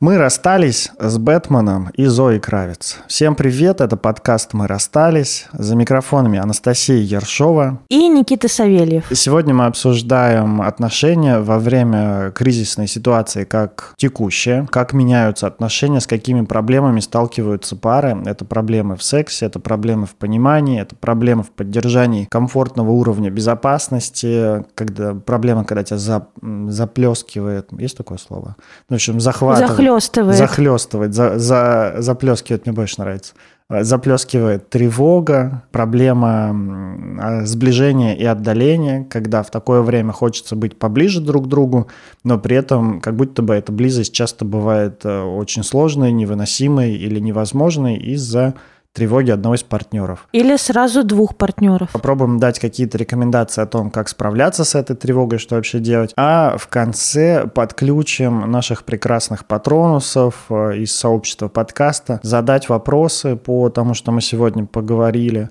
Мы расстались с Бэтменом и Зоей Кравиц. Всем привет, это подкаст «Мы расстались». За микрофонами Анастасия Ершова и Никита Савельев. Сегодня мы обсуждаем отношения во время кризисной ситуации, как текущая, как меняются отношения, с какими проблемами сталкиваются пары. Это проблемы в сексе, это проблемы в понимании, это проблемы в поддержании комфортного уровня безопасности, проблема, когда тебя заплескивает, есть такое слово? В общем, захватывает. Захлёстывает, заплескивает, мне больше нравится. Заплескивает тревога, проблема сближения и отдаления, когда в такое время хочется быть поближе друг к другу, но при этом как будто бы эта близость часто бывает очень сложной, невыносимой или невозможной из-за тревоги одного из партнеров. Или сразу двух партнеров. Попробуем дать какие-то рекомендации о том, как справляться с этой тревогой, что вообще делать. А в конце подключим наших прекрасных патронусов из сообщества подкаста, задать вопросы по тому, что мы сегодня поговорили.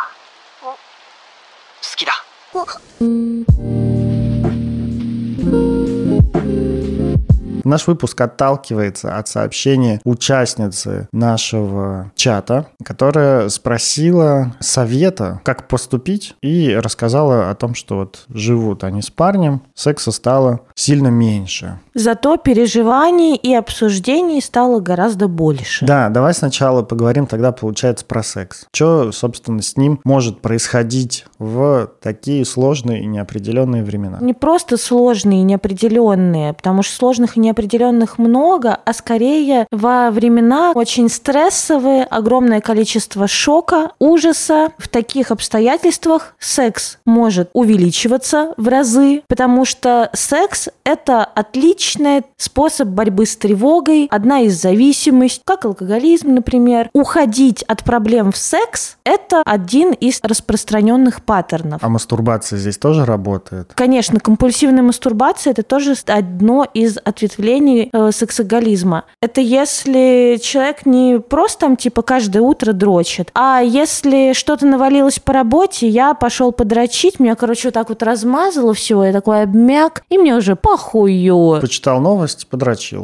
Наш выпуск отталкивается от сообщения участницы нашего чата, которая спросила совета, как поступить, и рассказала о том, что вот живут они с парнем, секса стало сильно меньше. Зато переживаний и обсуждений стало гораздо больше. Да, давай сначала поговорим тогда, получается, про секс. Что, собственно, с ним может происходить в такие сложные и неопределенные времена? Не просто сложные и неопределенные, потому что сложных и неопределенных много, а скорее во времена очень стрессовые, огромное количество шока, ужаса. В таких обстоятельствах секс может увеличиваться в разы, потому что секс – это отличный способ борьбы с тревогой, одна из зависимостей, как алкоголизм, например. Уходить от проблем в секс – это один из распространенных паттернов. А мастурбация здесь тоже работает? Конечно, компульсивная мастурбация – это тоже одно из ответвлений сексоголизма. Это если человек не просто там типа каждое утро дрочит, а если что-то навалилось по работе, я пошел подрочить, меня, вот так вот размазало все, я такой обмяк, и мне уже похую. Почитал новости, подрочил.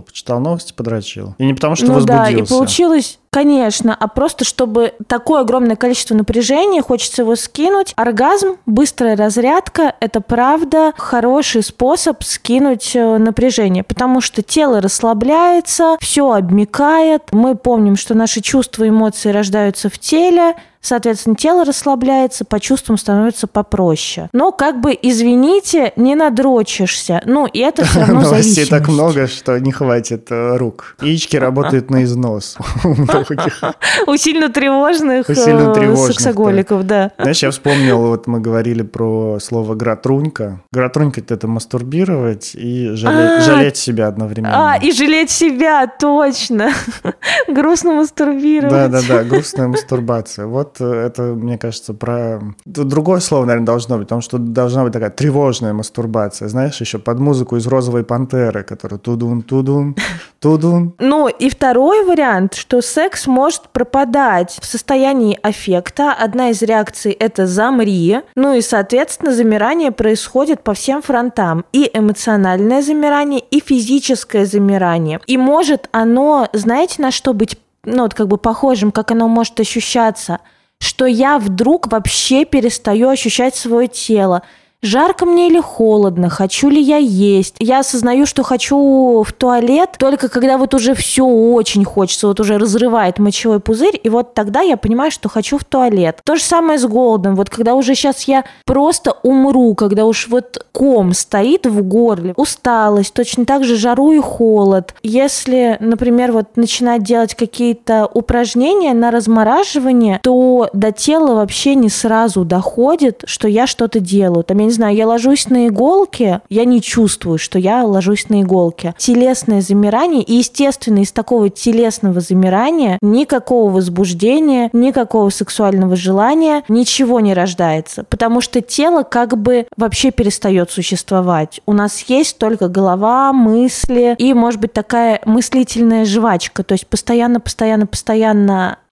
И не потому, что возбудился. Да, и получилось... Конечно, а просто чтобы такое огромное количество напряжения, хочется его скинуть. Оргазм, быстрая разрядка – это правда хороший способ скинуть напряжение, потому что тело расслабляется, все обмякает. Мы помним, что наши чувства и эмоции рождаются в теле, соответственно, тело расслабляется, по чувствам становится попроще. Но, извините, не надрочишься. И это все равно зависимость. Новостей так много, что не хватит рук. Яички работают на износ. У сильно тревожных сексоголиков, да. Знаешь, я вспомнил, мы говорили про слово «гратрунька». Гратрунька – это мастурбировать и жалеть себя одновременно. И жалеть себя, точно. Грустно мастурбировать. Да, грустная мастурбация. Вот это, мне кажется, про... Другое слово, наверное, должно быть, потому что должна быть такая тревожная мастурбация. Знаешь, еще под музыку из «Розовой пантеры», которая тудун. И второй вариант, что секс может пропадать в состоянии аффекта. Одна из реакций – это «замри». И, соответственно, замирание происходит по всем фронтам. И эмоциональное замирание, и физическое замирание. И может оно, знаете, на что быть похожим, как оно может ощущаться, что я вдруг вообще перестаю ощущать свое тело. Жарко мне или холодно, хочу ли я есть. Я осознаю, что хочу в туалет только когда уже все очень хочется, уже разрывает мочевой пузырь, и тогда я понимаю, что хочу в туалет. То же самое с голодом. Когда уже сейчас я просто умру, когда уж ком стоит в горле, усталость, точно так же жару и холод. Если, например, начинать делать какие-то упражнения на размораживание, то до тела вообще не сразу доходит, что я что-то делаю. Я не знаю, я ложусь на иголки, я не чувствую, что я ложусь на иголки. Телесное замирание, и, естественно, из такого телесного замирания никакого возбуждения, никакого сексуального желания, ничего не рождается, потому что тело вообще перестает существовать. У нас есть только голова, мысли и, может быть, такая мыслительная жвачка, то есть постоянно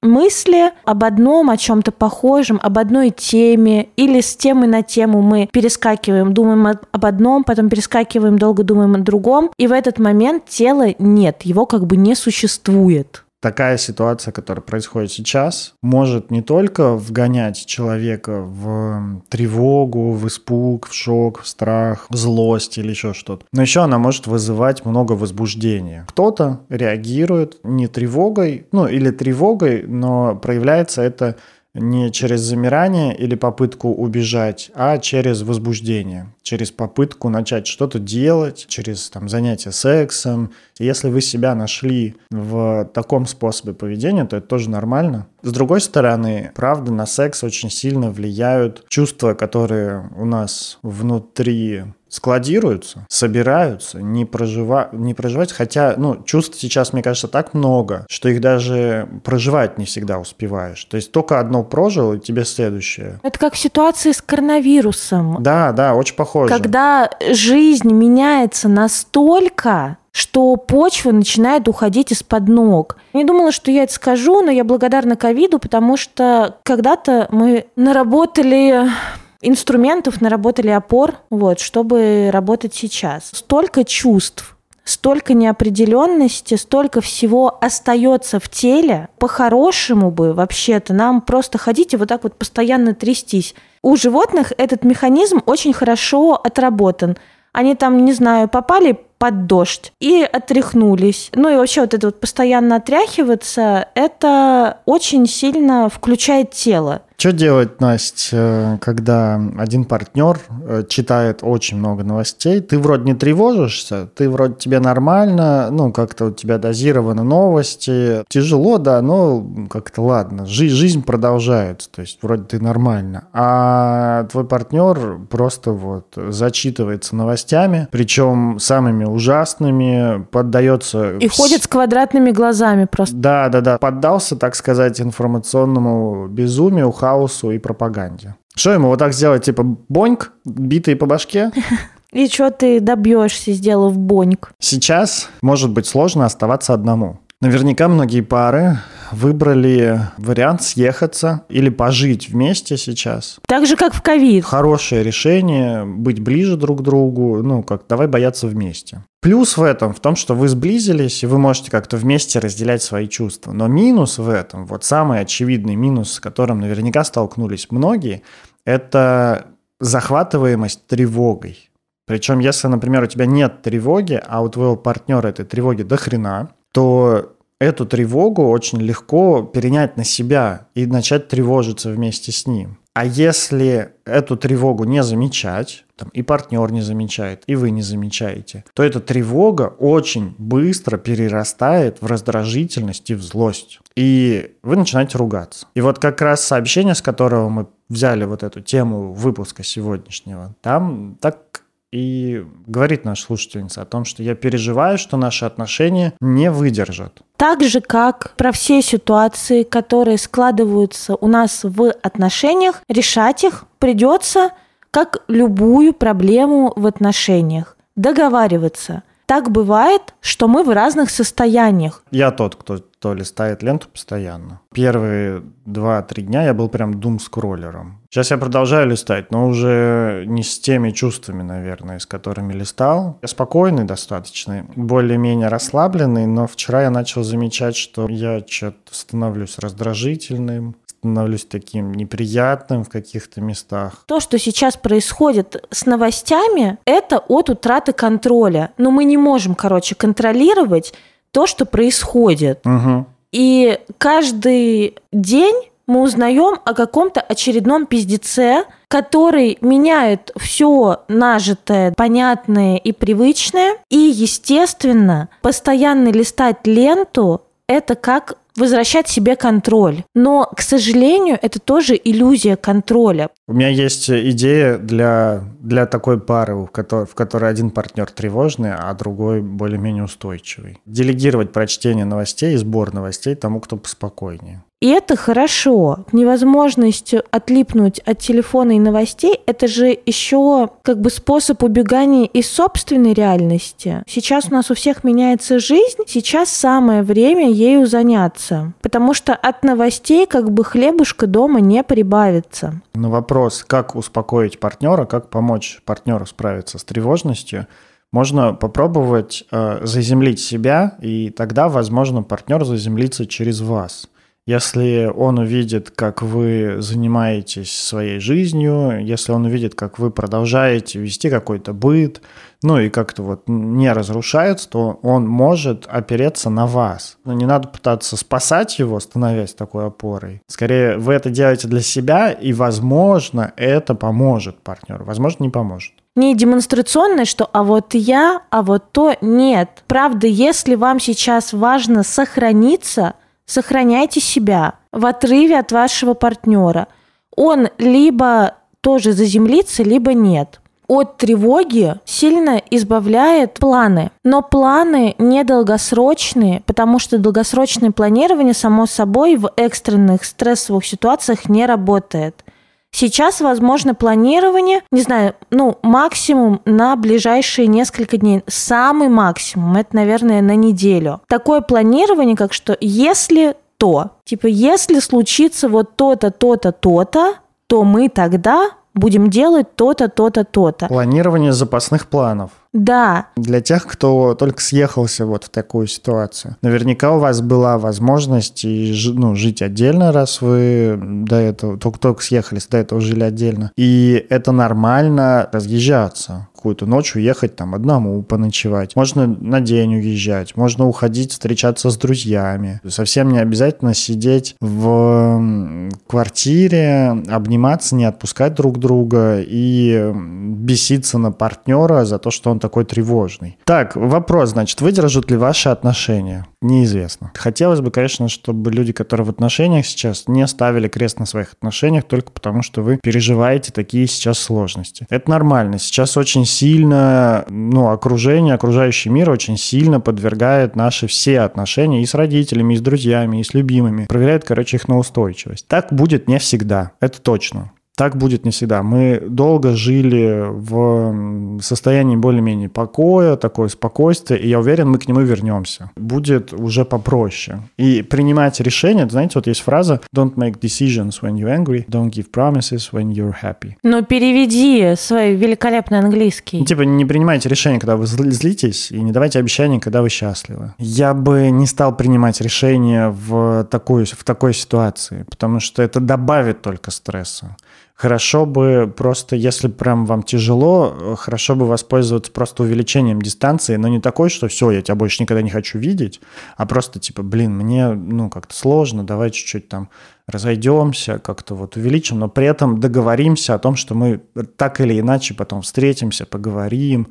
мысли об одном, о чем-то похожем, об одной теме, или с темы на тему мы перескакиваем, думаем об одном, потом перескакиваем, долго думаем о другом, и в этот момент тела нет, его как бы не существует. Такая ситуация, которая происходит сейчас, может не только вгонять человека в тревогу, в испуг, в шок, в страх, в злость или еще что-то, но еще она может вызывать много возбуждения. Кто-то реагирует не тревогой, или тревогой, но проявляется это не через замирание или попытку убежать, а через возбуждение, через попытку начать что-то делать, через занятие сексом. Если вы себя нашли в таком способе поведения, то это тоже нормально. С другой стороны, правда, на секс очень сильно влияют чувства, которые у нас внутри складируются, собираются, не проживать, хотя, чувств сейчас, мне кажется, так много, что их даже проживать не всегда успеваешь. То есть только одно прожил, и тебе следующее. Это как в ситуации с коронавирусом. Да, очень похоже. Когда жизнь меняется настолько, что почва начинает уходить из-под ног. Я не думала, что я это скажу, но я благодарна ковиду, потому что когда-то мы наработали инструментов, наработали опор, чтобы работать сейчас. Столько чувств, столько неопределенности, столько всего остается в теле. По-хорошему бы вообще-то нам просто ходить и вот так вот постоянно трястись. У животных этот механизм очень хорошо отработан. Они попали под дождь и отряхнулись. И вообще это постоянно отряхиваться, это очень сильно включает тело. Что делать, Настя, когда один партнер читает очень много новостей? Ты вроде не тревожишься, тебе нормально, как-то у тебя дозированы новости. Тяжело, да, но как-то ладно. Жизнь продолжается, то есть вроде ты нормально. А твой партнер просто зачитывается новостями, причем самыми ужасными, поддается... И ходит с квадратными глазами просто. Да, поддался, так сказать, информационному безумию, хаосу и пропаганде. Что ему вот так сделать, боньк, битый по башке? И что ты добьешься, сделав боньк? Сейчас может быть сложно оставаться одному. Наверняка многие пары выбрали вариант съехаться или пожить вместе сейчас. Так же, как в ковид. Хорошее решение, быть ближе друг к другу, давай бояться вместе. Плюс в том, что вы сблизились, и вы можете как-то вместе разделять свои чувства. Но минус в этом, самый очевидный минус, с которым наверняка столкнулись многие, это захватываемость тревогой. Причем, если, например, у тебя нет тревоги, а у твоего партнера этой тревоги до хрена, то эту тревогу очень легко перенять на себя и начать тревожиться вместе с ним. А если эту тревогу не замечать, и партнер не замечает, и вы не замечаете, то эта тревога очень быстро перерастает в раздражительность и в злость. И вы начинаете ругаться. И как раз сообщение, с которого мы взяли эту тему выпуска сегодняшнего, там так и говорит наша слушательница о том, что я переживаю, что наши отношения не выдержат. Так же, как про все ситуации, которые складываются у нас в отношениях, решать их придется, как любую проблему в отношениях. Договариваться. Так бывает, что мы в разных состояниях. Я тот, кто листает ленту постоянно. Первые 2-3 дня я был прям думскроллером. Сейчас я продолжаю листать, но уже не с теми чувствами, наверное, с которыми листал. Я спокойный достаточно, более-менее расслабленный, но вчера я начал замечать, что я что-то становлюсь раздражительным, становлюсь таким неприятным в каких-то местах. То, что сейчас происходит с новостями, это от утраты контроля. Но мы не можем, контролировать то, что происходит. Угу. И каждый день мы узнаем о каком-то очередном пиздеце, который меняет все нажитое, понятное и привычное. И, естественно, постоянно листать ленту – это как возвращать себе контроль. Но, к сожалению, это тоже иллюзия контроля. У меня есть идея для такой пары, в которой один партнер тревожный, а другой более-менее устойчивый. Делегировать прочтение новостей и сбор новостей тому, кто поспокойнее. И это хорошо. Невозможность отлипнуть от телефона и новостей – это же еще способ убегания из собственной реальности. Сейчас у нас у всех меняется жизнь, сейчас самое время ею заняться. тревожиться, потому что от новостей как бы хлебушка дома не прибавится. На вопрос, как успокоить партнера, как помочь партнеру справиться с тревожностью, можно попробовать заземлить себя, и тогда, возможно, партнер заземлится через вас. Если он увидит, как вы занимаетесь своей жизнью, если он увидит, как вы продолжаете вести какой-то быт, ну и как-то вот не разрушается, то он может опереться на вас. Но не надо пытаться спасать его, становясь такой опорой. Скорее, вы это делаете для себя, и, возможно, это поможет партнеру, возможно, не поможет. Не демонстрационное, что а вот я, а вот то нет. Правда, если вам сейчас важно сохраниться, сохраняйте себя в отрыве от вашего партнера. Он либо тоже заземлится, либо нет. От тревоги сильно избавляет планы. Но планы недолгосрочные, потому что долгосрочное планирование, само собой, в экстренных стрессовых ситуациях не работает. Сейчас возможно планирование, не знаю, максимум на ближайшие несколько дней. Самый максимум, это, наверное, на неделю. Такое планирование, как что если то. Типа, если случится вот то-то, то-то, то-то, то мы тогда будем делать то-то, то-то, то-то. Планирование запасных планов. Да. Для тех, кто только съехался вот в такую ситуацию. Наверняка у вас была возможность жить отдельно, раз вы до этого только съехались, до этого жили отдельно. И это нормально разъезжаться. Какую-то ночь уехать там одному поночевать. Можно на день уезжать, можно уходить встречаться с друзьями. Совсем не обязательно сидеть в квартире, обниматься, не отпускать друг друга и беситься на партнера за то, что он такой тревожный. Так, вопрос, значит, выдержат ли ваши отношения? Неизвестно. Хотелось бы, конечно, чтобы люди, которые в отношениях сейчас, не ставили крест на своих отношениях только потому, что вы переживаете такие сейчас сложности. Это нормально. Сейчас очень сильно, окружение, окружающий мир очень сильно подвергает наши все отношения и с родителями, и с друзьями, и с любимыми. Проверяет, их на устойчивость. Так будет не всегда. Это точно. Так будет не всегда. Мы долго жили в состоянии более-менее покоя, такое спокойствие, и я уверен, мы к нему вернемся. Будет уже попроще. И принимать решения, знаете, вот есть фраза «Don't make decisions when you're angry, don't give promises when you're happy». Переведи свой великолепный английский. Не принимайте решения, когда вы злитесь, и не давайте обещаний, когда вы счастливы. Я бы не стал принимать решения в такой ситуации, потому что это добавит только стресса. Хорошо бы просто, если прям вам тяжело, хорошо бы воспользоваться просто увеличением дистанции, но не такой, что все, я тебя больше никогда не хочу видеть, а просто мне как-то сложно, давай чуть-чуть там разойдемся, как-то увеличим, но при этом договоримся о том, что мы так или иначе потом встретимся, поговорим,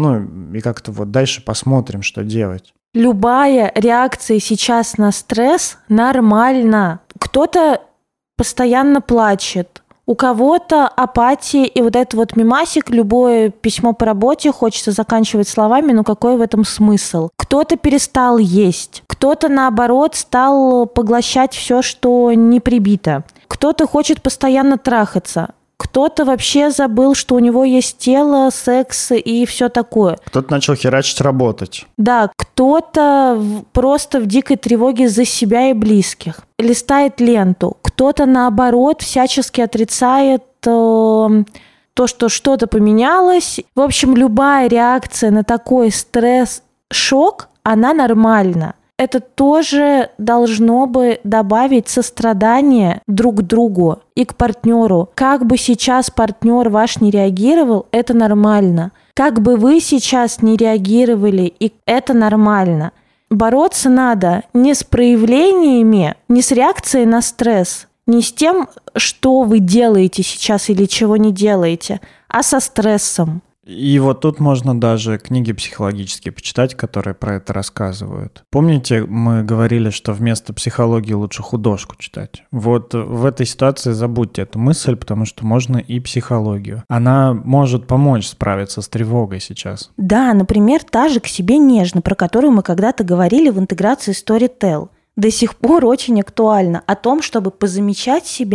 и как-то дальше посмотрим, что делать. Любая реакция сейчас на стресс нормальна. Кто-то постоянно плачет, у кого-то апатия и этот мемасик, любое письмо по работе хочется заканчивать словами, какой в этом смысл? Кто-то перестал есть, кто-то, наоборот, стал поглощать все, что не прибито. Кто-то хочет постоянно трахаться. Кто-то вообще забыл, что у него есть тело, секс и все такое. Кто-то начал херачить работать. Да, кто-то просто в дикой тревоге за себя и близких. Листает ленту. Кто-то, наоборот, всячески отрицает то, что что-то поменялось. В общем, любая реакция на такой стресс, шок, она нормальна. Это тоже должно бы добавить сострадание друг к другу и к партнеру. Как бы сейчас партнер ваш не реагировал, это нормально. Как бы вы сейчас не реагировали, и это нормально. Бороться надо не с проявлениями, не с реакцией на стресс, не с тем, что вы делаете сейчас или чего не делаете, а со стрессом. И тут можно даже книги психологические почитать, которые про это рассказывают. Помните, мы говорили, что вместо психологии лучше художку читать? В этой ситуации забудьте эту мысль, потому что можно и психологию. Она может помочь справиться с тревогой сейчас. Да, например, та же «К себе нежно», про которую мы когда-то говорили в интеграции Storytel. До сих пор очень актуально о том, чтобы позамечать себя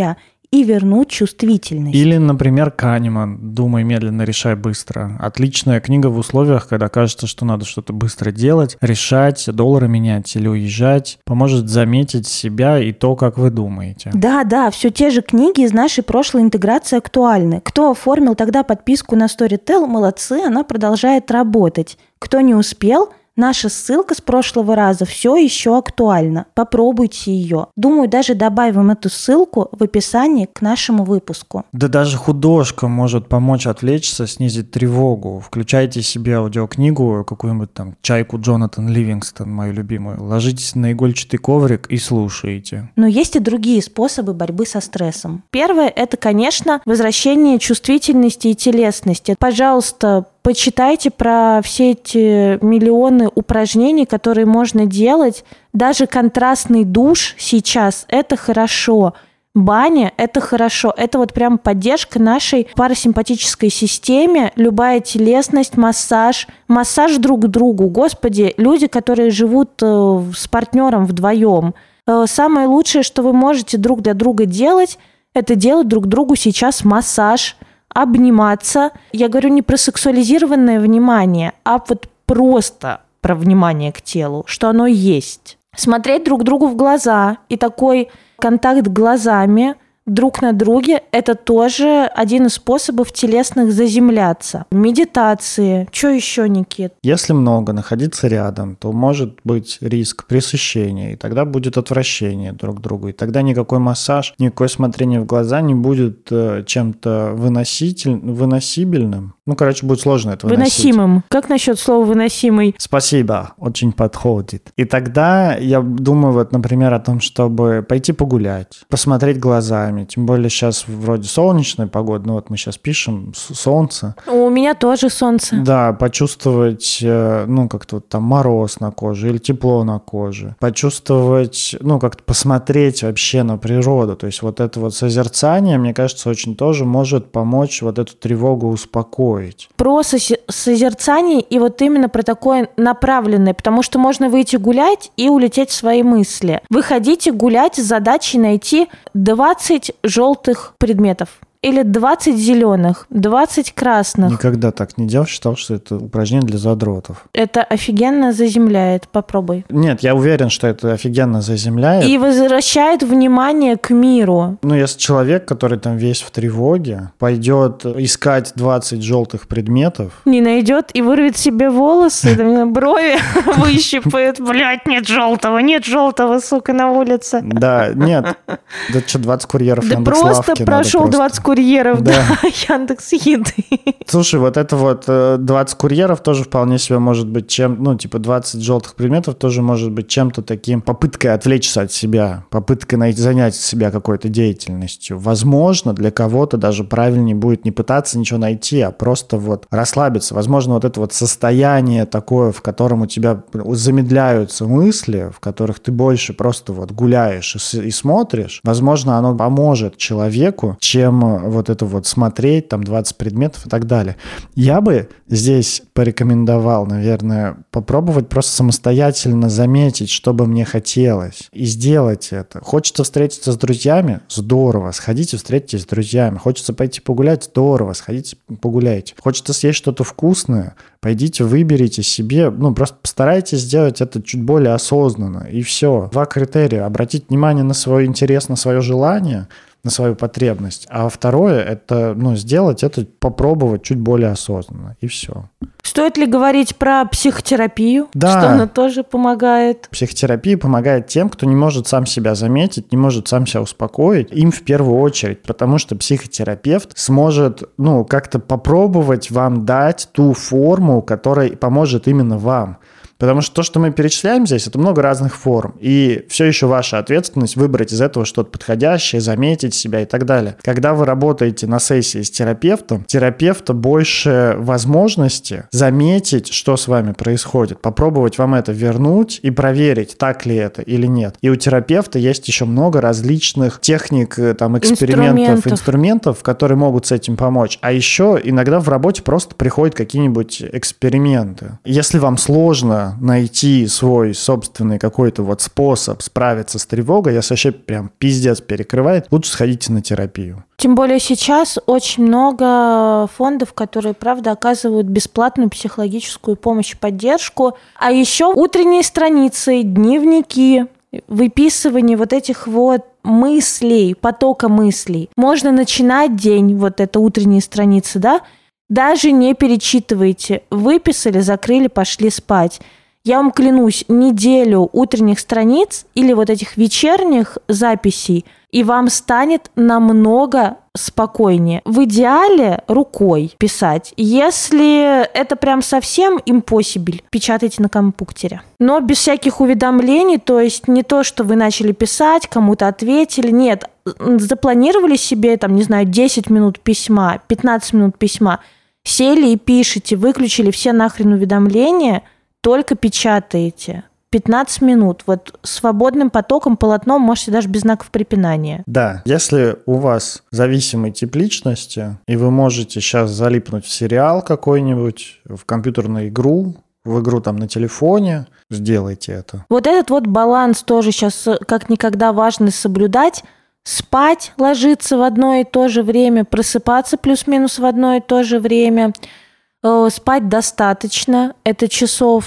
и вернуть чувствительность. Или, например, Канеман «Думай медленно, решай быстро». Отличная книга в условиях, когда кажется, что надо что-то быстро делать, решать, доллары менять или уезжать. Поможет заметить себя и то, как вы думаете. Да, все те же книги из нашей прошлой интеграции актуальны. Кто оформил тогда подписку на Storytel, молодцы, она продолжает работать. Кто не успел, наша ссылка с прошлого раза все еще актуальна. Попробуйте ее. Думаю, даже добавим эту ссылку в описании к нашему выпуску. Да даже художка может помочь отвлечься, снизить тревогу. Включайте себе аудиокнигу, какую-нибудь там «Чайку» Джонатан Ливингстон, мою любимую. Ложитесь на игольчатый коврик и слушайте. Но есть и другие способы борьбы со стрессом. Первое – это, конечно, возвращение чувствительности и телесности. Пожалуйста, почитайте про все эти миллионы упражнений, которые можно делать. Даже контрастный душ сейчас – это хорошо. Баня – это хорошо. Это вот прям поддержка нашей парасимпатической системе. Любая телесность, массаж друг другу. Господи, люди, которые живут с партнером вдвоем. Самое лучшее, что вы можете друг для друга делать, это делать друг другу сейчас массаж, обниматься. Я говорю не про сексуализированное внимание, а вот просто про внимание к телу, что оно есть. Смотреть друг другу в глаза и такой контакт глазами друг на друге – это тоже один из способов телесных заземляться. Медитации. Что еще, Никит? Если много находиться рядом, то может быть риск пресыщения, и тогда будет отвращение друг к другу. И тогда никакой массаж, никакое смотрение в глаза не будет чем-то выносибельным. Будет сложно это выносить. Выносимым. Как насчет слова «выносимый»? Спасибо, очень подходит. И тогда я думаю, например, о том, чтобы пойти погулять, посмотреть глазами. Тем более сейчас вроде солнечная погода, мы сейчас пишем солнце. У меня тоже солнце. Да, почувствовать, как-то там мороз на коже или тепло на коже. Почувствовать, как-то посмотреть вообще на природу. То есть вот это вот созерцание, мне кажется, очень тоже может помочь вот эту тревогу успокоить. Про созерцание и вот именно про такое направленное, потому что можно выйти гулять и улететь в свои мысли. Вы ходите гулять с задачей найти 20 желтых предметов. Или 20 зеленых, 20 красных. Никогда так не делал, считал, что это упражнение для задротов. Это офигенно заземляет, попробуй. Нет, я уверен, что это офигенно заземляет. И возвращает внимание к миру. Если человек, который там весь в тревоге, пойдет искать 20 желтых предметов... Не найдет и вырвет себе волосы, брови выщипает. Блядь, нет желтого, сука, на улице. Да, нет. Да что, 20 курьеров Яндекс.Лавки. Да просто прошел 20 курьеров, да, Яндекс.Еды. Слушай, вот это вот 20 курьеров тоже вполне себе может быть 20 желтых предметов тоже может быть чем-то таким, попыткой отвлечься от себя, попыткой занять себя какой-то деятельностью. Возможно, для кого-то даже правильнее будет не пытаться ничего найти, а просто вот расслабиться. Возможно, вот это вот состояние такое, в котором у тебя замедляются мысли, в которых ты больше просто вот гуляешь и смотришь, возможно, оно поможет человеку, чем вот это вот смотреть, там 20 предметов и так далее. Я бы здесь порекомендовал, наверное, попробовать просто самостоятельно заметить, что бы мне хотелось, и сделать это. Хочется встретиться с друзьями? Здорово, сходите, встретитесь с друзьями. Хочется пойти погулять? Здорово, сходите, погуляйте. Хочется съесть что-то вкусное? Пойдите, выберите себе, просто постарайтесь сделать это чуть более осознанно, и все. 2 критерия. Обратить внимание на свой интерес, на свое желание, на свою потребность. А второе – это сделать это, попробовать чуть более осознанно, и все. Стоит ли говорить про психотерапию? Да. Что она тоже помогает? Психотерапия помогает тем, кто не может сам себя заметить, не может сам себя успокоить. Им в первую очередь, потому что психотерапевт сможет, как-то попробовать вам дать ту форму, которая поможет именно вам. Потому что то, что мы перечисляем здесь, это много разных форм. И все еще ваша ответственность выбрать из этого что-то подходящее, заметить себя и так далее. Когда вы работаете на сессии с терапевтом, терапевта больше возможности заметить, что с вами происходит, попробовать вам это вернуть и проверить, так ли это или нет. И у терапевта есть еще много различных техник, экспериментов, инструментов, которые могут с этим помочь. А еще иногда в работе просто приходят какие-нибудь эксперименты. Если вам сложно сложно найти свой собственный какой-то вот способ справиться с тревогой, если вообще прям пиздец перекрывает, лучше сходите на терапию. Тем более сейчас очень много фондов, которые, правда, оказывают бесплатную психологическую помощь и поддержку. А еще утренние страницы, дневники, выписывание вот этих вот мыслей, потока мыслей. Можно начинать день, вот это утренние страницы, да? Даже не перечитывайте. Выписали, закрыли, пошли спать. Я вам клянусь, неделю утренних страниц или вот этих вечерних записей, и вам станет намного спокойнее. В идеале рукой писать. Если это прям совсем impossible, печатайте на компьютере. Но без всяких уведомлений, то есть не то, что вы начали писать, кому-то ответили. Нет, запланировали себе, там, не знаю, 10 минут письма, 15 минут письма, сели и пишете, выключили все нахрен уведомления, только печатаете. 15 минут. Вот свободным потоком, полотном, можете даже без знаков препинания. Да, если у вас зависимый тип личности, и вы можете сейчас залипнуть в сериал какой-нибудь, в компьютерную игру, в игру там на телефоне, сделайте это. Вот этот вот баланс тоже сейчас как никогда важно соблюдать. Спать, ложиться в одно и то же время, просыпаться плюс-минус в одно и то же время. Спать достаточно, это часов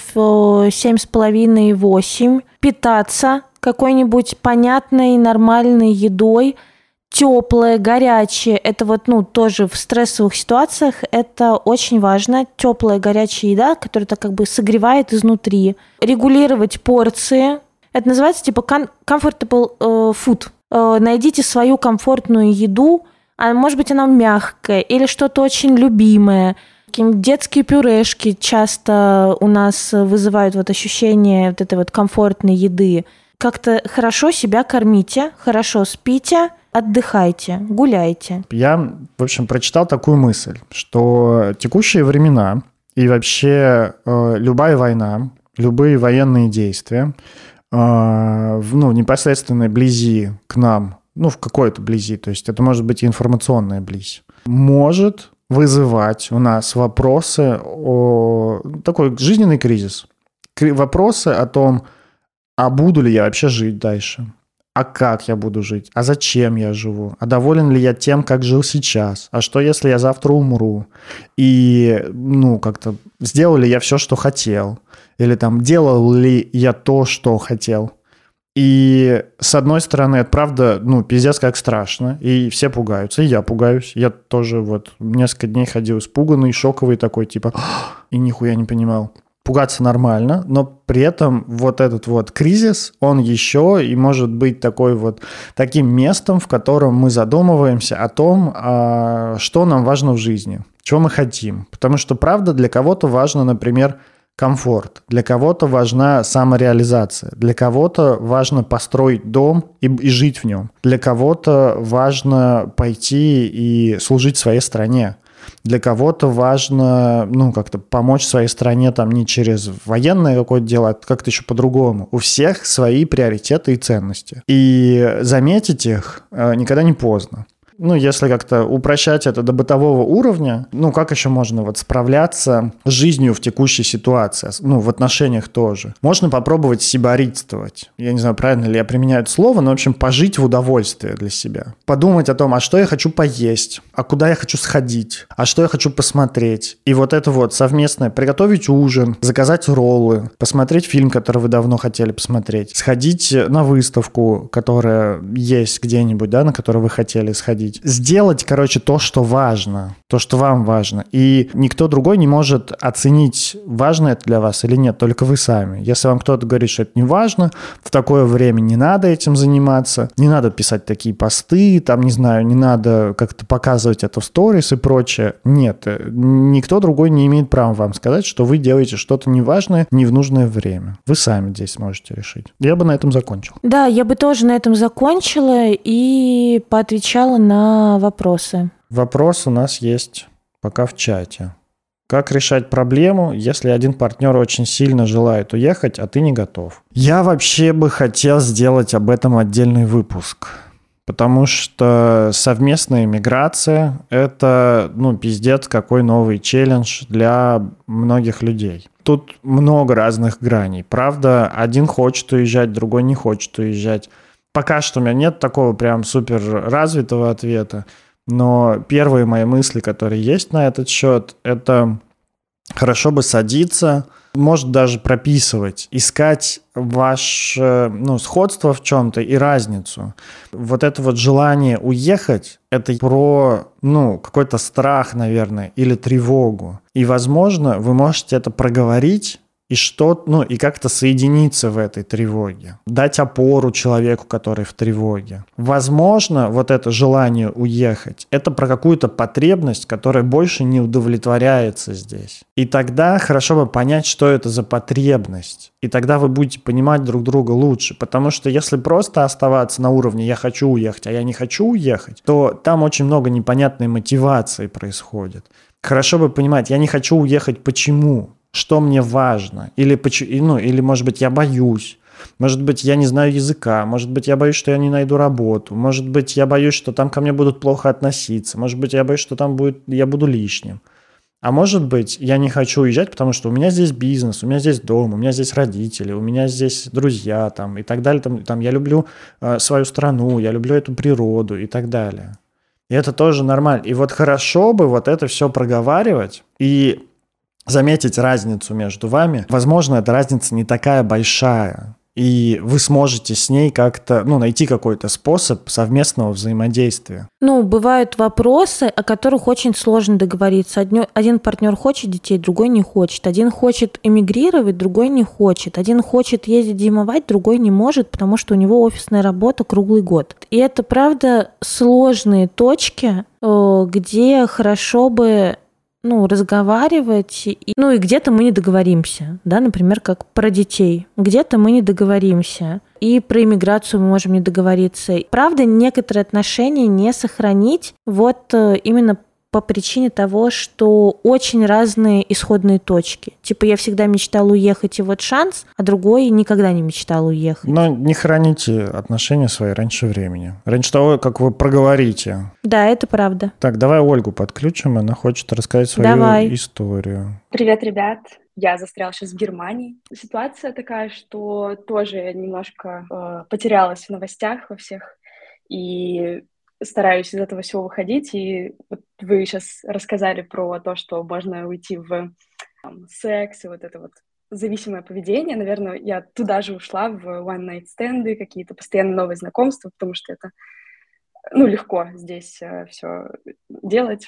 7,5-8. Питаться какой-нибудь понятной, нормальной едой, теплое, горячее. Это вот, тоже в стрессовых ситуациях это очень важно. Теплая, горячая еда, которая так как бы согревает изнутри. Регулировать порции. Это называется типа comfortable food. Найдите свою комфортную еду, а может быть она мягкая или что-то очень любимое. Какие-нибудь детские пюрешки часто у нас вызывают вот ощущение вот этой вот комфортной еды. Как-то хорошо себя кормите, хорошо спите, отдыхайте, гуляйте. Я, в общем, прочитал такую мысль, что текущие времена и вообще любая война, любые военные действия в непосредственной близи к нам, в какой-то близи, то есть это может быть информационная близь, может вызывать у нас вопросы о... такой жизненный кризис. Вопросы о том, а буду ли я вообще жить дальше? А как я буду жить? А зачем я живу? А доволен ли я тем, как жил сейчас? А что, если я завтра умру? И, как-то сделал ли я все, что хотел? Или там, делал ли я то, что хотел? И, с одной стороны, это правда, пиздец как страшно, и все пугаются, и я пугаюсь. Я тоже вот несколько дней ходил испуганный, шоковый такой, типа, и нихуя не понимал. Пугаться нормально, но при этом вот этот вот кризис, он еще и может быть таким местом, в котором мы задумываемся о том, что нам важно в жизни, чего мы хотим. Потому что, правда, для кого-то важно, например, комфорт, для кого-то важна самореализация, для кого-то важно построить дом и жить в нем, для кого-то важно пойти и служить своей стране, для кого-то важно, как-то помочь своей стране там не через военное какое-то дело, а как-то еще по-другому. У всех свои приоритеты и ценности. И заметить их никогда не поздно. Если как-то упрощать это до бытового уровня, как еще можно справляться с жизнью в текущей ситуации, в отношениях тоже. Можно попробовать сиборитствовать. Я не знаю, правильно ли я применяю это слово, но, в общем, пожить в удовольствие для себя. Подумать о том, а что я хочу поесть, а куда я хочу сходить, а что я хочу посмотреть. И вот это вот совместное приготовить ужин, заказать роллы, посмотреть фильм, который вы давно хотели посмотреть, сходить на выставку, которая есть где-нибудь, да, на которую вы хотели сходить. Сделать, то, что важно, то, что вам важно. И никто другой не может оценить, важно это для вас или нет, только вы сами. Если вам кто-то говорит, что это не важно, в такое время не надо этим заниматься, не надо писать такие посты, там, не знаю, не надо как-то показывать это в сторис и прочее. Нет, никто другой не имеет права вам сказать, что вы делаете что-то неважное, не в нужное время. Вы сами здесь можете решить. Я бы на этом закончил. Да, я бы тоже на этом закончила и поотвечала на вопросы. Вопрос у нас есть пока в чате. Как решать проблему, если один партнер очень сильно желает уехать, а ты не готов? Я вообще бы хотел сделать об этом отдельный выпуск. потому что совместная миграция – это, пиздец, какой новый челлендж для многих людей. Тут много разных граней. Правда, один хочет уезжать, другой не хочет уезжать. Пока что у меня нет такого прям супер развитого ответа, но первые мои мысли, которые есть на этот счет, это хорошо бы садиться, может даже прописывать, искать ваше сходство в чем-то и разницу. Вот это вот желание уехать, это про какой-то страх, наверное, или тревогу. И, возможно, вы можете это проговорить и как-то соединиться в этой тревоге. Дать опору человеку, который в тревоге. Возможно, вот это желание уехать, это про какую-то потребность, которая больше не удовлетворяется здесь. И тогда хорошо бы понять, что это за потребность. И тогда вы будете понимать друг друга лучше. Потому что если просто оставаться на уровне «я хочу уехать, а я не хочу уехать», то там очень много непонятной мотивации происходит. Хорошо бы понимать «я не хочу уехать, почему?» Что мне важно, или, может быть, я боюсь, может быть, я не знаю языка, может быть, я боюсь, что я не найду работу, может быть, я боюсь, что там ко мне будут плохо относиться, может быть, я боюсь, что я буду лишним. А может быть, я не хочу уезжать, потому что у меня здесь бизнес, у меня здесь дом, у меня здесь родители, у меня здесь друзья и так далее. Там я люблю свою страну, я люблю эту природу и так далее. И это тоже нормально. И вот хорошо бы вот это все проговаривать и заметить разницу между вами. Возможно, эта разница не такая большая, и вы сможете с ней как-то, найти какой-то способ совместного взаимодействия. Бывают вопросы, о которых очень сложно договориться. Один партнер хочет детей, другой не хочет. Один хочет эмигрировать, другой не хочет. Один хочет ездить зимовать, другой не может, потому что у него офисная работа круглый год. И это, правда, сложные точки, где хорошо бы разговаривать, и где-то мы не договоримся, да, например, как про детей. Где-то мы не договоримся. И про иммиграцию мы можем не договориться. Правда, некоторые отношения не сохранить именно по причине того, что очень разные исходные точки. Типа я всегда мечтала уехать, и вот шанс, а другой никогда не мечтал уехать. Но не храните отношения свои раньше времени. Раньше того, как вы проговорите. Да, это правда. Так, давай Ольгу подключим, она хочет рассказать свою историю. Привет, ребят. Я застряла сейчас в Германии. Ситуация такая, что тоже немножко потерялась в новостях во всех. И стараюсь из этого всего выходить, и вот вы сейчас рассказали про то, что можно уйти в секс и вот это вот зависимое поведение. Наверное, я туда же ушла в one-night-стенды, какие-то постоянно новые знакомства, потому что это, легко здесь все делать,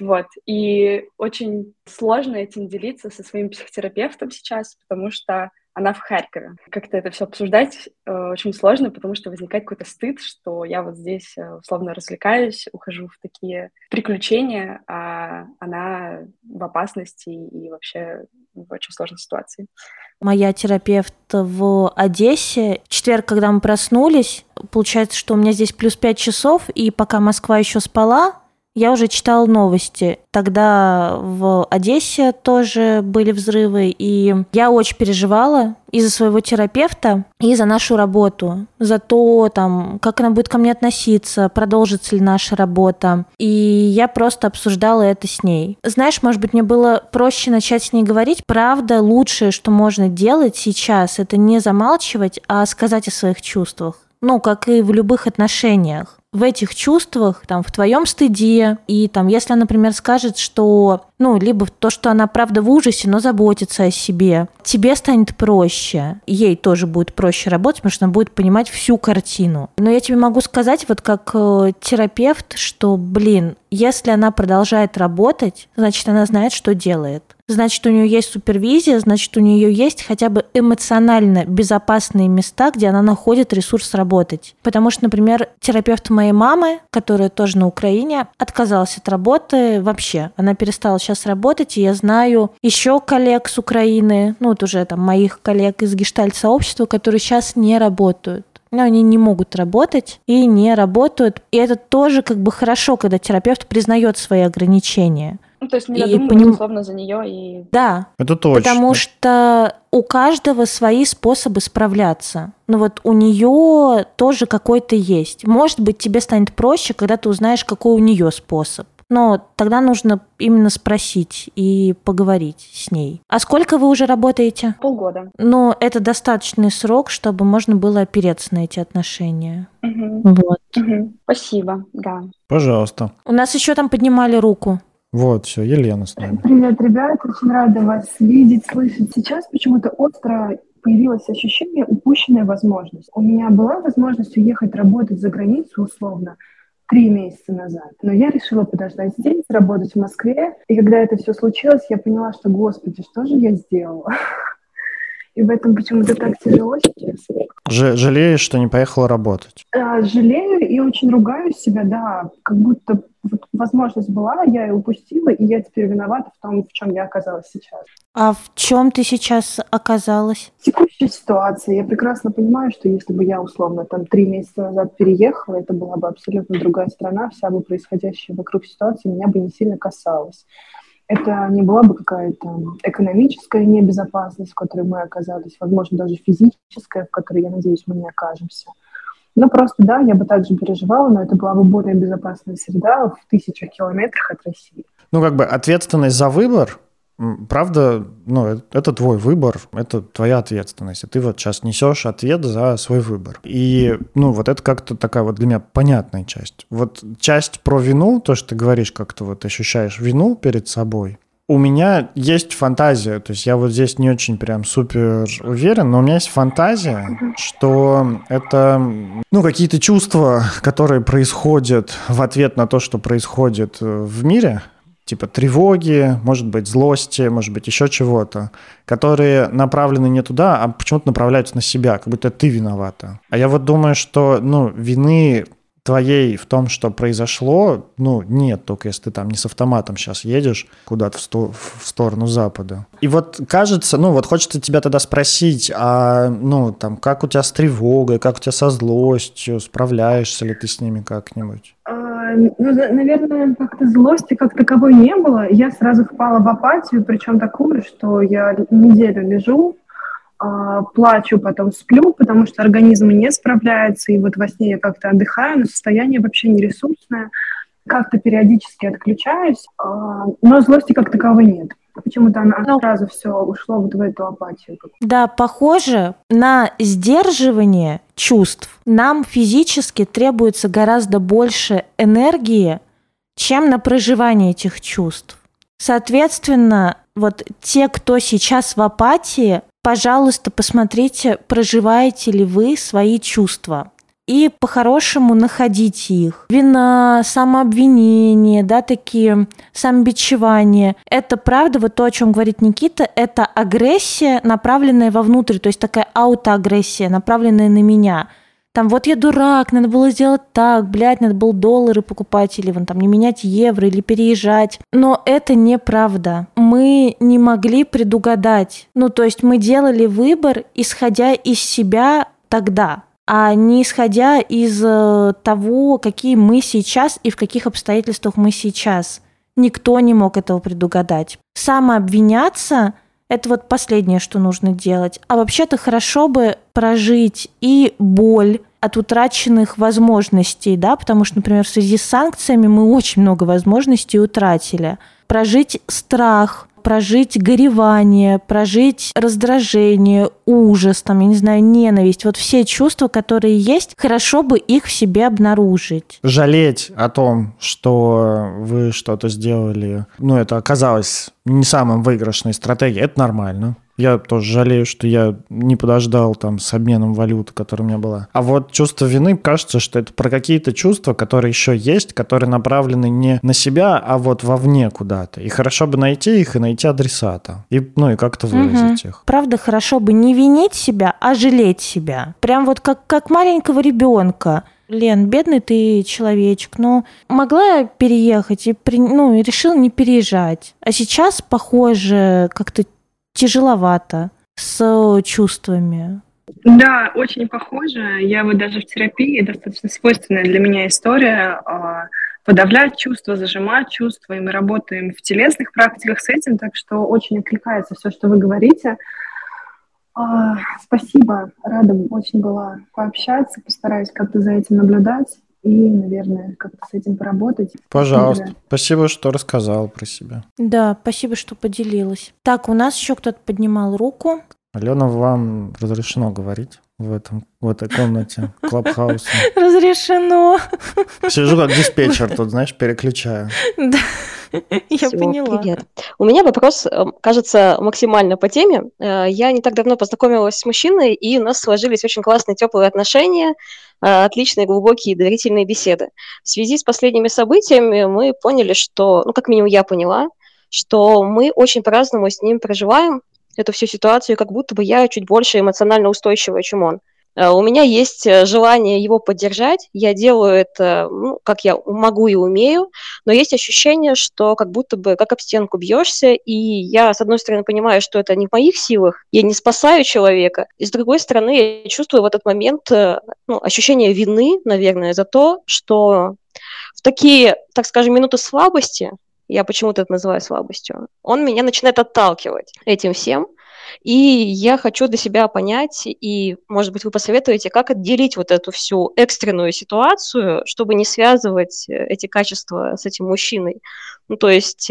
И очень сложно этим делиться со своим психотерапевтом сейчас, потому что она в Харькове. Как-то это все обсуждать очень сложно, потому что возникает какой-то стыд, что я вот здесь условно развлекаюсь, ухожу в такие приключения, а она в опасности и вообще в очень сложной ситуации. Моя терапевт в Одессе. В четверг, когда мы проснулись, получается, что у меня здесь плюс 5 часов, и пока Москва еще спала, я уже читала новости. Тогда в Одессе тоже были взрывы, и я очень переживала и за своего терапевта, и за нашу работу, за то, как она будет ко мне относиться, продолжится ли наша работа. И я просто обсуждала это с ней. Знаешь, может быть, мне было проще начать с ней говорить. Правда, лучшее, что можно делать сейчас, это не замалчивать, а сказать о своих чувствах. Как и в любых отношениях. В этих чувствах, в твоем стыде, и если она, например, скажет, что, либо то, что она правда в ужасе, но заботится о себе, тебе станет проще, ей тоже будет проще работать, потому что она будет понимать всю картину. Но я тебе могу сказать, как терапевт, что, если она продолжает работать, значит, она знает, что делает. Значит, у нее есть супервизия, значит, у нее есть хотя бы эмоционально безопасные места, где она находит ресурс работать. Потому что, например, терапевт моей мамы, которая тоже на Украине, отказалась от работы вообще. Она перестала сейчас работать, и я знаю еще коллег с Украины, уже моих коллег из гештальт-сообщества, которые сейчас не работают. Но они не могут работать и не работают. И это тоже хорошо, когда терапевт признает свои ограничения. Ну, то есть не И додумывать условно за нее и... Да, Это точно. потому что у каждого свои способы справляться. Ну вот у нее тоже какой-то есть. Может быть, тебе станет проще, когда ты узнаешь, какой у нее способ. Но тогда нужно именно спросить и поговорить с ней. А сколько вы уже работаете? Полгода. Ну, это достаточный срок, чтобы можно было опереться на эти отношения. Угу. Вот. Угу. Спасибо, да. Пожалуйста. У нас еще там поднимали руку. Вот, все, Елена с нами. Привет, ребят, очень рада вас видеть, слышать. Сейчас почему-то остро появилось ощущение упущенной возможности. У меня была возможность уехать работать за границу условно 3 месяца назад, но я решила подождать здесь, работать в Москве. И когда это все случилось, я поняла, что, господи, что же я сделала? И в этом почему-то так тяжело сейчас. Жалеешь, что не поехала работать? Жалею и очень ругаю себя, да, как будто вот возможность была, я ее упустила, и я теперь виновата в том, в чем я оказалась сейчас. А в чем ты сейчас оказалась? Текущая ситуация. Я прекрасно понимаю, что если бы я, условно, там 3 месяца назад переехала, это была бы абсолютно другая страна, вся бы происходящая вокруг ситуация меня бы не сильно касалась. Это не была бы какая-то экономическая небезопасность, в которой мы оказались, возможно, даже физическая, в которой, я надеюсь, мы не окажемся. Ну, просто, да, я бы также переживала, но это была бы более безопасная среда в 1000 километрах от России. Ну, как бы ответственность за выбор, правда, ну, это твой выбор, это твоя ответственность. И ты вот сейчас несешь ответ за свой выбор. И, ну, вот это как-то такая вот для меня понятная часть. Вот часть про вину, то, что ты говоришь, как ты вот ощущаешь вину перед собой. У меня есть фантазия, то есть я вот здесь не очень прям супер уверен, но у меня есть фантазия, что это, ну, какие-то чувства, которые происходят в ответ на то, что происходит в мире, типа тревоги, может быть, злости, может быть, еще чего-то, которые направлены не туда, а почему-то направляются на себя, как будто ты виновата. А я вот думаю, что, ну, вины твоей в том, что произошло, ну, нет, только если ты там не с автоматом сейчас едешь куда-то в сторону Запада. И вот кажется, ну, вот хочется тебя тогда спросить, а, ну, там, как у тебя с тревогой, как у тебя со злостью, справляешься ли ты с ними как-нибудь? Ну, наверное, как-то злости как таковой не было. Я сразу впала в апатию, причем такую, что я неделю лежу, плачу, потом сплю, потому что организм не справляется, и вот во сне я как-то отдыхаю, но состояние вообще нересурсное, как-то периодически отключаюсь, но злости как таковой нет. Почему-то она сразу все ушло вот в эту апатию. Да, похоже, на сдерживание чувств нам физически требуется гораздо больше энергии, чем на проживание этих чувств. Соответственно, вот те, кто сейчас в апатии, пожалуйста, посмотрите, проживаете ли вы свои чувства. И по-хорошему находите их. Вина, самообвинение, да, такие самобичевания. Это правда, вот то, о чем говорит Никита, это агрессия, направленная вовнутрь, то есть такая аутоагрессия, направленная на меня. Там вот я дурак, надо было сделать так, блядь, надо было доллары покупать или вон там не менять евро или переезжать. Но это неправда. Мы не могли предугадать. Ну, то есть мы делали выбор, исходя из себя тогда, а не исходя из того, какие мы сейчас и в каких обстоятельствах мы сейчас. Никто не мог этого предугадать. Самообвиняться – это вот последнее, что нужно делать. А вообще-то хорошо бы прожить и боль от утраченных возможностей, да, потому что, например, в связи с санкциями мы очень много возможностей утратили. Прожить страх, прожить горевание, прожить раздражение, ужас, там, я не знаю, ненависть. Вот все чувства, которые есть, хорошо бы их в себе обнаружить. Жалеть о том, что вы что-то сделали, ну, это оказалось не самым выигрышной стратегией, это нормально. Я тоже жалею, что я не подождал там с обменом валюты, которая у меня была. А вот чувство вины, кажется, что это про какие-то чувства, которые еще есть, которые направлены не на себя, а вот вовне куда-то. И хорошо бы найти их и найти адресата. И, ну, и как-то выразить их. Правда, хорошо бы не винить себя, а жалеть себя. Прям вот как маленького ребенка. Лен, бедный ты человечек, но могла я переехать и решила не переезжать. А сейчас, похоже, как-то тяжеловато с чувствами. Да, очень похоже. Я вот даже в терапии, достаточно свойственная для меня история, подавлять чувства, зажимать чувства, и мы работаем в телесных практиках с этим, так что очень откликается все, что вы говорите. Спасибо, рада очень была пообщаться, постараюсь как-то за этим наблюдать и, наверное, как-то с этим поработать. Пожалуйста, спасибо, что рассказал про себя. Да, спасибо, что поделилась. Так, у нас еще кто-то поднимал руку. Алена, вам разрешено говорить в этой комнате Клабхауса? Разрешено. Сижу как диспетчер тут, знаешь, переключаю. Да, я Всё, поняла. привет. У меня вопрос, кажется, максимально по теме. Я не так давно познакомилась с мужчиной, и у нас сложились очень классные, теплые отношения, отличные, глубокие, доверительные беседы. В связи с последними событиями мы поняли, что, ну, как минимум я поняла, что мы очень по-разному с ним проживаем эту всю ситуацию, как будто бы я чуть больше эмоционально устойчивая, чем он. У меня есть желание его поддержать, я делаю это, ну, как я могу и умею, но есть ощущение, что как будто бы как об стенку бьешься, и я, с одной стороны, понимаю, что это не в моих силах, я не спасаю человека, и с другой стороны, я чувствую в этот момент ощущение вины, наверное, за то, что в такие, так скажем, минуты слабости, я почему-то это называю слабостью, он меня начинает отталкивать этим всем, и я хочу для себя понять, и, может быть, вы посоветуете, как отделить вот эту всю экстренную ситуацию, чтобы не связывать эти качества с этим мужчиной. Ну, то есть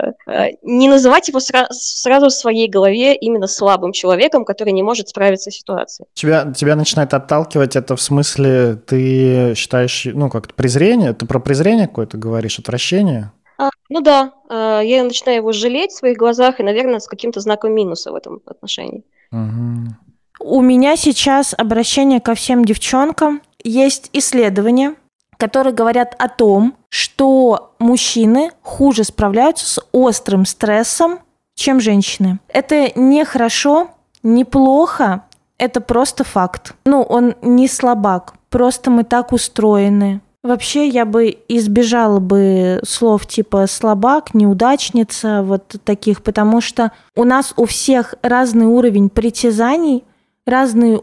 не называть его сразу в своей голове именно слабым человеком, который не может справиться с ситуацией. Тебя начинает отталкивать, это в смысле, ты считаешь, ну, как-то презрение? Ты про презрение какое-то говоришь, отвращение? Ну да, я начинаю его жалеть в своих глазах и, наверное, с каким-то знаком минуса в этом отношении. Угу. У меня сейчас обращение ко всем девчонкам. Есть исследования, которые говорят о том, что мужчины хуже справляются с острым стрессом, чем женщины. Это не хорошо, не плохо, это просто факт. Ну, он не слабак, просто мы так устроены. Вообще, я бы избежала бы слов типа «слабак», «неудачница», вот таких, потому что у нас у всех разный уровень притязаний, разный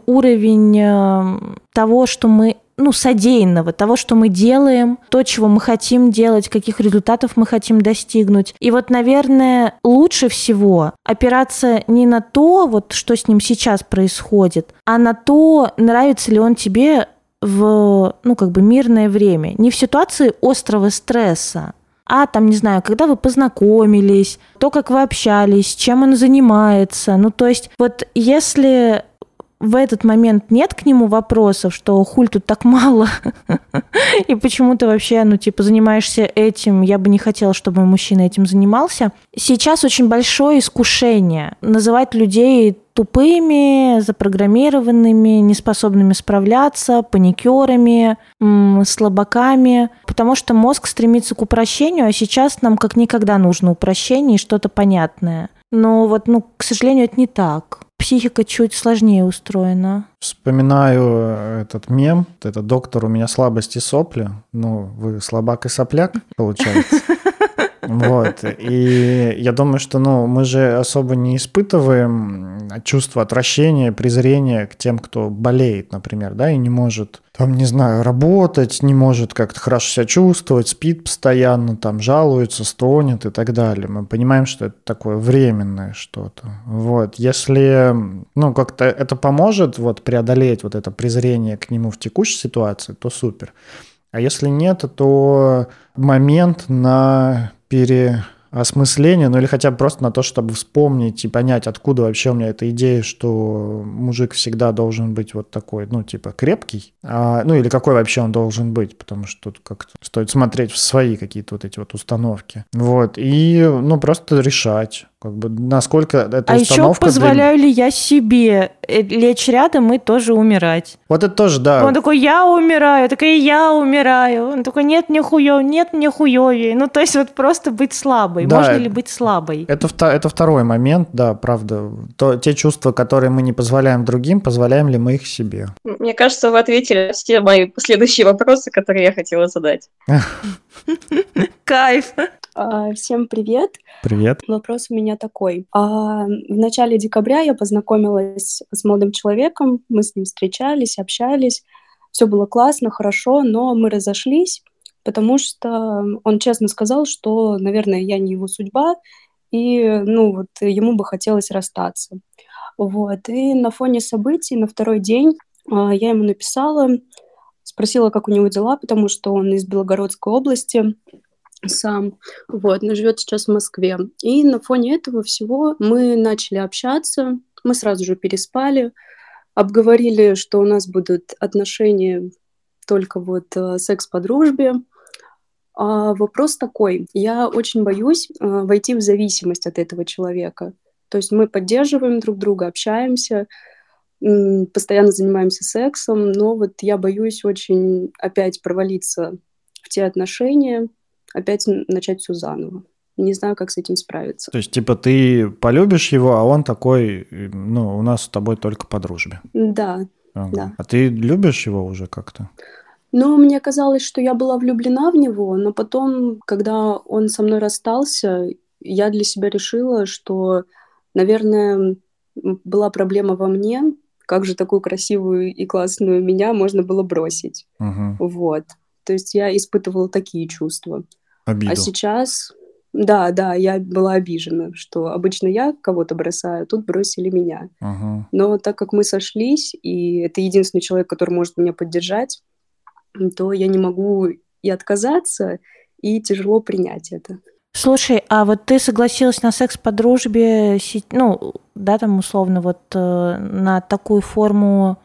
уровень того, что мы, содеянного, того, что мы делаем, то, чего мы хотим делать, каких результатов мы хотим достигнуть. И вот, наверное, лучше всего опираться не на то, вот, что с ним сейчас происходит, а на то, нравится ли он тебе в, мирное время. Не в ситуации острого стресса, а там, не знаю, когда вы познакомились, то, как вы общались, чем он занимается. То есть вот если в этот момент нет к нему вопросов, что хуль тут так мало, и почему ты вообще, занимаешься этим, я бы не хотела, чтобы мой мужчина этим занимался. Сейчас очень большое искушение называть людей тупыми, запрограммированными, неспособными справляться, паникерами, слабаками, потому что мозг стремится к упрощению, а сейчас нам как никогда нужно упрощение и что-то понятное. Но к сожалению, это не так. Психика чуть сложнее устроена. Вспоминаю этот мем, это «Доктор, у меня слабость и сопли». Вы слабак и сопляк, получается. Вот. И я думаю, что мы же особо не испытываем чувство отвращения, презрения к тем, кто болеет, например, да, и не может, работать, не может как-то хорошо себя чувствовать, спит постоянно, жалуется, стонет и так далее. Мы понимаем, что это такое временное что-то. Вот. Если, как-то это поможет преодолеть это презрение к нему в текущей ситуации, то супер. А если нет, то момент на переосмысление, или хотя бы просто на то, чтобы вспомнить и понять, откуда вообще у меня эта идея, что мужик всегда должен быть такой, крепкий, или какой вообще он должен быть, потому что тут как-то стоит смотреть в свои какие-то эти установки. И, просто решать, насколько эта установка... А еще позволяю ли я себе лечь рядом и тоже умирать? Вот это тоже, да. Он такой, я умираю, такая, я умираю. Он такой, нет, мне хуёвее. То есть просто быть слабой. Да, можно ли быть слабой? Это второй момент, да, правда. Те чувства, которые мы не позволяем другим, позволяем ли мы их себе? Мне кажется, вы ответили на все мои последующие вопросы, которые я хотела задать. Кайф. Всем привет. Привет. Вопрос у меня такой. В начале декабря я познакомилась с молодым человеком, мы с ним встречались, общались, все было классно, хорошо, но мы разошлись потому что он честно сказал, что, наверное, я не его судьба, и, ну, вот ему бы хотелось расстаться. Вот, и на фоне событий на второй день я ему написала, спросила, как у него дела, потому что он из Белгородской области сам, вот, но живет сейчас в Москве. И на фоне этого всего мы начали общаться, мы сразу же переспали, обговорили, что у нас будут отношения только вот секс по дружбе. Вопрос такой, я очень боюсь войти в зависимость от этого человека. То есть мы поддерживаем друг друга, общаемся, постоянно занимаемся сексом, но вот я боюсь очень опять провалиться в те отношения, опять начать все заново. Не знаю, как с этим справиться. То есть, типа, ты полюбишь его, а он такой, ну, у нас с тобой только по дружбе. Да, Ага. да. А ты любишь его уже как-то? Ну, мне казалось, что я была влюблена в него, но потом, когда он со мной расстался, я для себя решила, что, наверное, была проблема во мне, как же такую красивую и классную меня можно было бросить. Угу. Вот. То есть я испытывала такие чувства. Обиду. А сейчас, да, я была обижена, что обычно я кого-то бросаю, тут бросили меня. Угу. Но так как мы сошлись, и это единственный человек, который может меня поддержать, то я не могу и отказаться, и тяжело принять это. Слушай, а вот ты согласилась на секс по дружбе, ну, да, там условно вот на такую форму,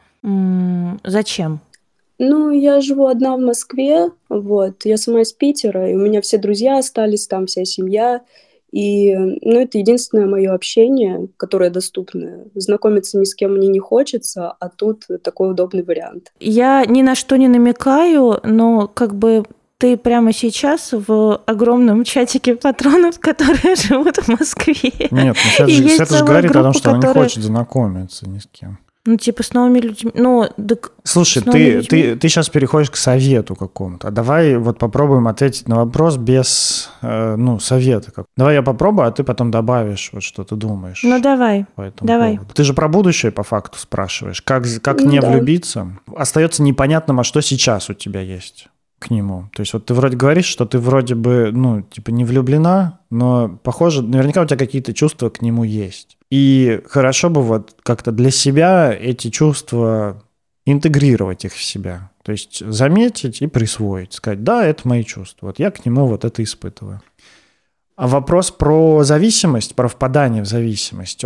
зачем? Ну, я живу одна в Москве, вот, я сама из Питера, и у меня все друзья остались там, вся семья, и, ну, это единственное мое общение, которое доступно. Знакомиться ни с кем мне не хочется, а тут такой удобный вариант. Я ни на что не намекаю, но как бы ты прямо сейчас в огромном чатике патронов, которые живут в Москве. Нет, ну Света же говорит о том, что она не хочет знакомиться ни с кем. Ну, типа, с новыми людьми. Ну, так слушай, ты сейчас переходишь к совету какому-то. А давай вот попробуем ответить на вопрос без совета. Давай я попробую, а ты потом добавишь, вот что ты думаешь. Ну, давай. Давай. Ты же про будущее по факту спрашиваешь. Как не влюбиться? Остается непонятным, а что сейчас у тебя есть к нему. То есть вот ты вроде говоришь, что ты вроде бы, не влюблена, но, похоже, наверняка у тебя какие-то чувства к нему есть. И хорошо бы вот как-то для себя эти чувства интегрировать их в себя. То есть заметить и присвоить. Сказать, да, это мои чувства. Вот я к нему вот это испытываю. А вопрос про зависимость, про впадание в зависимость,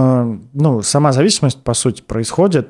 сама зависимость, по сути, происходит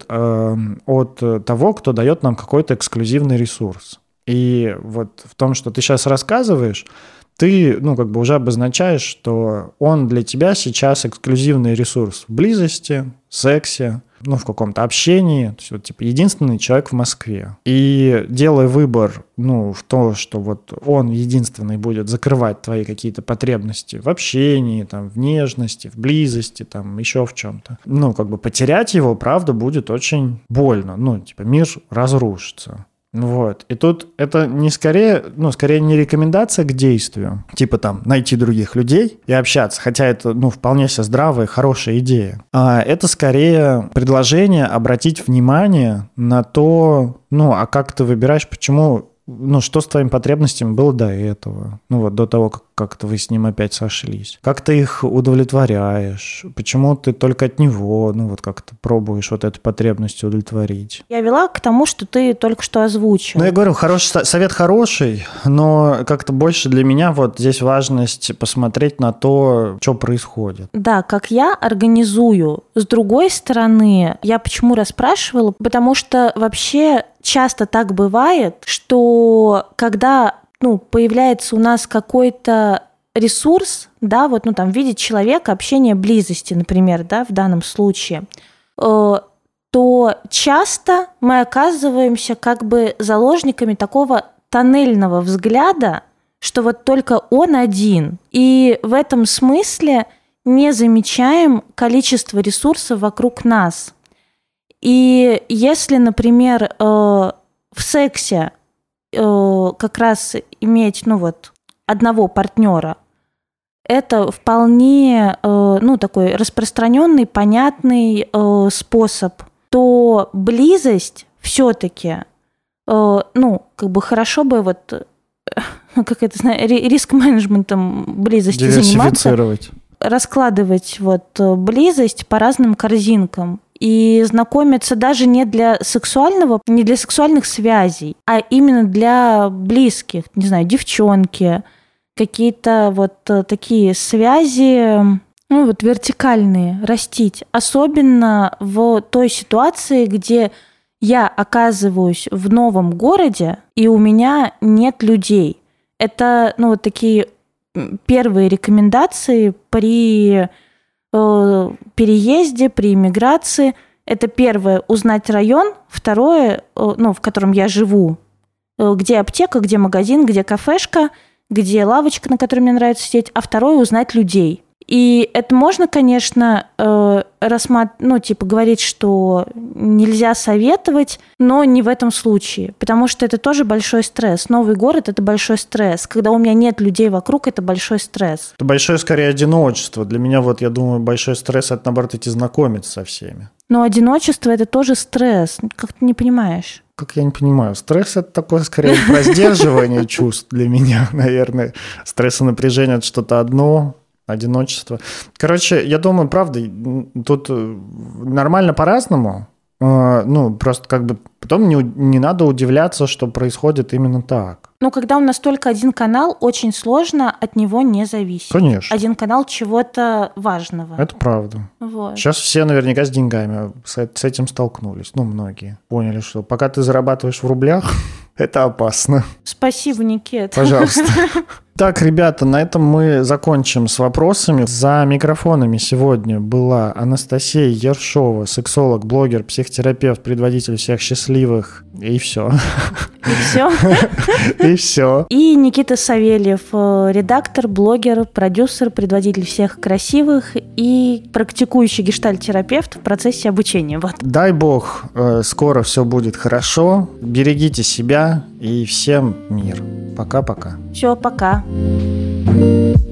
от того, кто дает нам какой-то эксклюзивный ресурс. И вот в том, что ты сейчас рассказываешь, ты, уже обозначаешь, что он для тебя сейчас эксклюзивный ресурс в близости, сексе, в каком-то общении, то есть единственный человек в Москве. И делая выбор, в то, что вот он единственный будет закрывать твои какие-то потребности в общении, там, в нежности, в близости, там, еще в чем-то. Потерять его, правда, будет очень больно. Мир разрушится. Вот. И тут это не скорее не рекомендация к действию, найти других людей и общаться, хотя это, вполне себе здравая, хорошая идея. А это скорее предложение обратить внимание на то, а как ты выбираешь, почему, что с твоими потребностями было до этого, до того, как вы с ним опять сошлись. Как ты их удовлетворяешь, почему ты только от него, как-то пробуешь вот эту потребность удовлетворить. Я вела к тому, что ты только что озвучил. Я говорю, совет хороший, но как-то больше для меня вот здесь важность посмотреть на то, что происходит. Да, как я организую. С другой стороны, я почему расспрашивала? Потому что вообще часто так бывает, что когда появляется у нас какой-то ресурс, да, в виде человека, общения, близости, например, да, в данном случае, то часто мы оказываемся как бы заложниками такого тоннельного взгляда, что вот только он один. И в этом смысле не замечаем количество ресурсов вокруг нас. И если, например, в сексе как раз иметь, одного партнера, это вполне, такой распространенный, понятный способ, то близость все-таки, хорошо бы как это, риск-менеджментом близости заниматься. Диверсифицировать. Раскладывать вот близость по разным корзинкам. И знакомиться даже не для сексуальных связей, а именно для близких, не знаю, девчонки, какие-то вот такие связи, ну вот вертикальные, растить. Особенно в той ситуации, где я оказываюсь в новом городе, и у меня нет людей. Это, ну, вот такие первые рекомендации при переезде, при иммиграции. Это первое – узнать район. Второе, ну, в котором я живу. Где аптека, где магазин, где кафешка, где лавочка, на которой мне нравится сидеть. А второе – узнать людей. И это можно, конечно, говорить, что нельзя советовать, но не в этом случае, потому что это тоже большой стресс. Новый город – это большой стресс. Когда у меня нет людей вокруг, это большой стресс. Это большое, скорее, одиночество. Для меня, вот, я думаю, большой стресс – это, наоборот, идти знакомиться со всеми. Но одиночество – это тоже стресс. Как ты не понимаешь? Как я не понимаю, стресс – это такое, скорее, про сдерживание чувств для меня, наверное. Стресс и напряжение – это что-то одно. Одиночество. Короче, я думаю, правда, тут нормально по-разному. Ну, просто как бы потом не надо удивляться, что происходит именно так. Ну, когда у нас только один канал, очень сложно от него не зависеть. Конечно. Один канал чего-то важного. Это правда. Вот. Сейчас все наверняка с деньгами с этим столкнулись. Ну, многие поняли, что пока ты зарабатываешь в рублях, это опасно. Спасибо, Никит. Пожалуйста. Так, ребята, на этом мы закончим с вопросами. За микрофонами сегодня была Анастасия Ершова, сексолог, блогер, психотерапевт, предводитель всех счастливых. И все. И все. И все. И Никита Савельев, редактор, блогер, продюсер, предводитель всех красивых и практикующий гештальт-терапевт в процессе обучения. Вот. Дай бог, скоро все будет хорошо. Берегите себя и всем мир. Пока-пока. Все, пока.